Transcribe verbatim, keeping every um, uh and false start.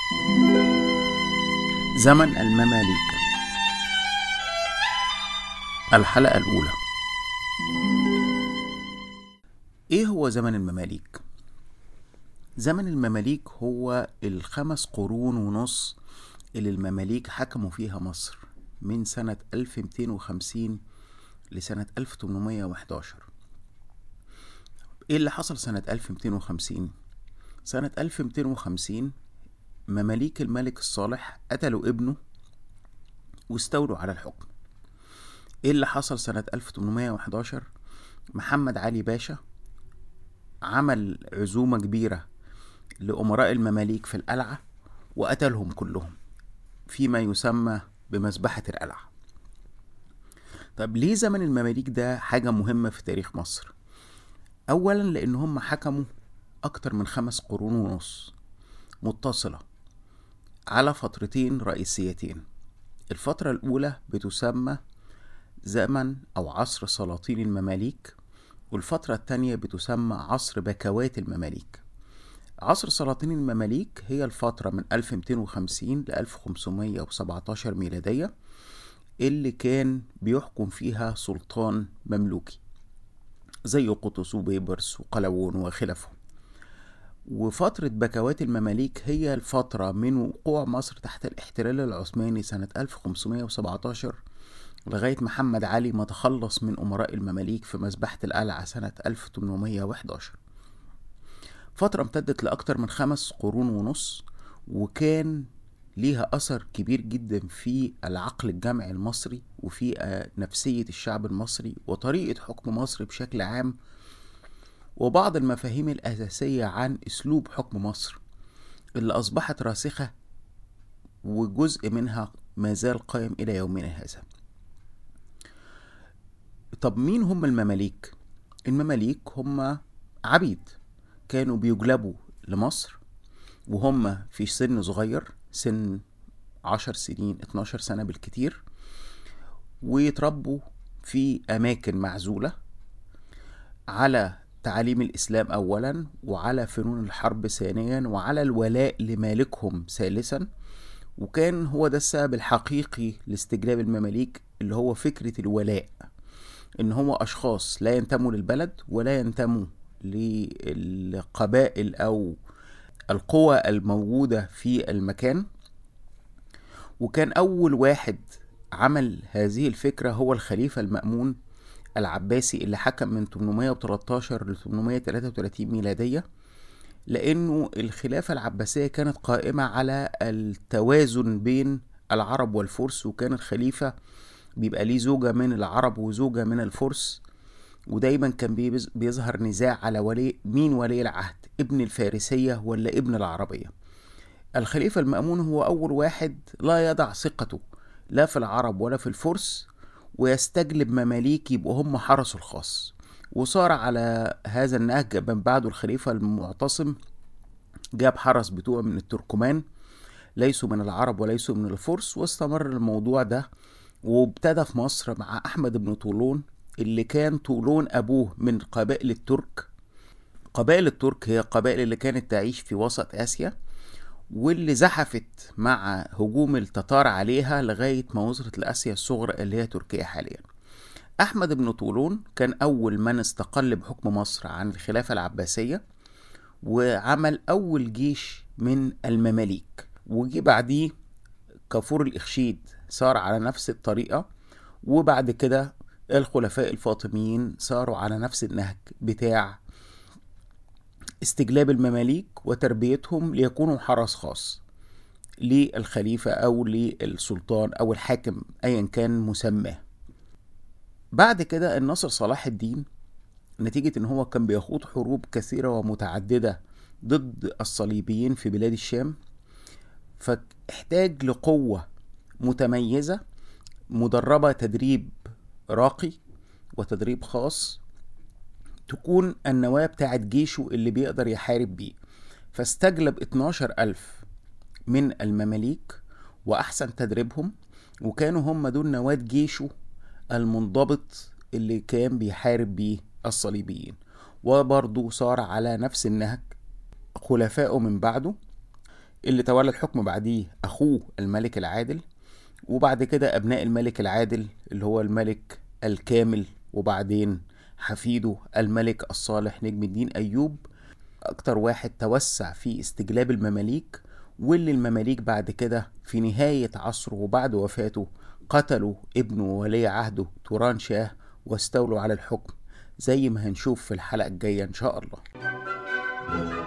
زمن المماليك. الحلقة الأولى. إيه هو زمن المماليك؟ زمن المماليك هو الخمس قرون ونص اللي المماليك حكموا فيها مصر من سنة ألف ومئتين وخمسين لسنة ألف وثمانمائة وأحد عشر. إيه اللي حصل سنة ألف ومئتين وخمسين؟ سنة ألف ومئتين وخمسين مماليك الملك الصالح قتلوا ابنه واستولوا على الحكم. ايه اللي حصل سنة ألف وثمانمائة وأحد عشر؟ محمد علي باشا عمل عزومة كبيرة لأمراء المماليك في القلعة وقتلهم كلهم فيما يسمى بمذبحة القلعة. طب ليه زمن المماليك ده حاجة مهمة في تاريخ مصر؟ أولا لأن هم حكموا أكتر من خمس قرون ونص متصلة على فترتين رئيسيتين. الفترة الأولى بتسمى زمن أو عصر سلاطين المماليك، والفترة التانية بتسمى عصر بكوات المماليك. عصر سلاطين المماليك هي الفترة من ألف ومئتين وخمسين ل ألف وخمسمائة وسبعة عشر ميلادية اللي كان بيحكم فيها سلطان مملوكي زي قطز وبيبرس وقلاوون وخلافهم. وفترة بكوات المماليك هي الفترة من وقوع مصر تحت الاحتلال العثماني سنة ألف وخمسمائة وسبعة عشر لغاية محمد علي ما تخلص من أمراء المماليك في مذبحة القلعة سنة ألف وثمانمائة وأحد عشر. فترة امتدت لأكتر من خمس قرون ونص، وكان ليها أثر كبير جدا في العقل الجمعي المصري وفي نفسية الشعب المصري وطريقة حكم مصر بشكل عام، وبعض المفاهيم الأساسية عن أسلوب حكم مصر اللي أصبحت راسخة وجزء منها ما زال قائم إلى يومنا هذا. طب مين هم المماليك؟ المماليك هم عبيد كانوا بيجلبوا لمصر وهم في سن صغير، سن عشر سنين اتناشر سنة بالكتير، ويتربوا في أماكن معزولة على تعاليم الإسلام أولا، وعلى فنون الحرب ثانيا، وعلى الولاء لمالكهم ثالثا. وكان هو ده السبب الحقيقي لاستجلاب المماليك، اللي هو فكرة الولاء، ان هو اشخاص لا ينتموا للبلد ولا ينتموا للقبائل او القوى الموجودة في المكان. وكان اول واحد عمل هذه الفكرة هو الخليفة المأمون العباسي اللي حكم من ثمانمائة وثلاثة عشر ل ثمانمائة وثلاثة وثلاثين ميلادية، لانه الخلافة العباسية كانت قائمة على التوازن بين العرب والفرس، وكان الخليفة بيبقى ليه زوجة من العرب وزوجة من الفرس، ودايما كان بيظهر نزاع على ولي مين ولي العهد، ابن الفارسية ولا ابن العربية. الخليفة المأمون هو أول واحد لا يضع ثقته لا في العرب ولا في الفرس، ويستجلب مماليك يبقوا هم حرسه الخاص. وصار على هذا النهج من بعده الخليفة المعتصم، جاب حرس بتوع من التركمان ليسوا من العرب وليسوا من الفرس، واستمر الموضوع ده. وابتدى في مصر مع أحمد بن طولون اللي كان طولون أبوه من قبائل الترك. قبائل الترك هي القبائل اللي كانت تعيش في وسط آسيا، واللي زحفت مع هجوم التتار عليها لغاية ما وصلت لآسيا الصغرى اللي هي تركيا حاليا. أحمد بن طولون كان أول من استقل بحكم مصر عن الخلافة العباسية، وعمل أول جيش من المماليك. وجي بعديه كافور الإخشيد صار على نفس الطريقة، وبعد كده الخلفاء الفاطميين صاروا على نفس النهج بتاع استجلاب المماليك وتربيتهم ليكونوا حرس خاص للخليفة أو للسلطان أو الحاكم أيا كان مسماه. بعد كده الناصر صلاح الدين، نتيجة ان هو كان بيخوض حروب كثيرة ومتعددة ضد الصليبيين في بلاد الشام، فاحتاج لقوة متميزة مدربة تدريب راقي وتدريب خاص تكون النواة بتاعت جيشه اللي بيقدر يحارب بيه. فاستجلب اتناشر ألف من المماليك وأحسن تدريبهم، وكانوا هم دول نواة جيشه المنضبط اللي كان بيحارب بيه الصليبيين. وبرضه صار على نفس النهج خلفائه من بعده، اللي تولى الحكم بعديه أخوه الملك العادل، وبعد كده أبناء الملك العادل اللي هو الملك الكامل، وبعدين حفيده الملك الصالح نجم الدين أيوب، أكتر واحد توسع في استجلاب المماليك، واللي المماليك بعد كده في نهاية عصره وبعد وفاته قتلوا ابنه وولي عهده توران شاه واستولوا على الحكم، زي ما هنشوف في الحلقة الجاية إن شاء الله.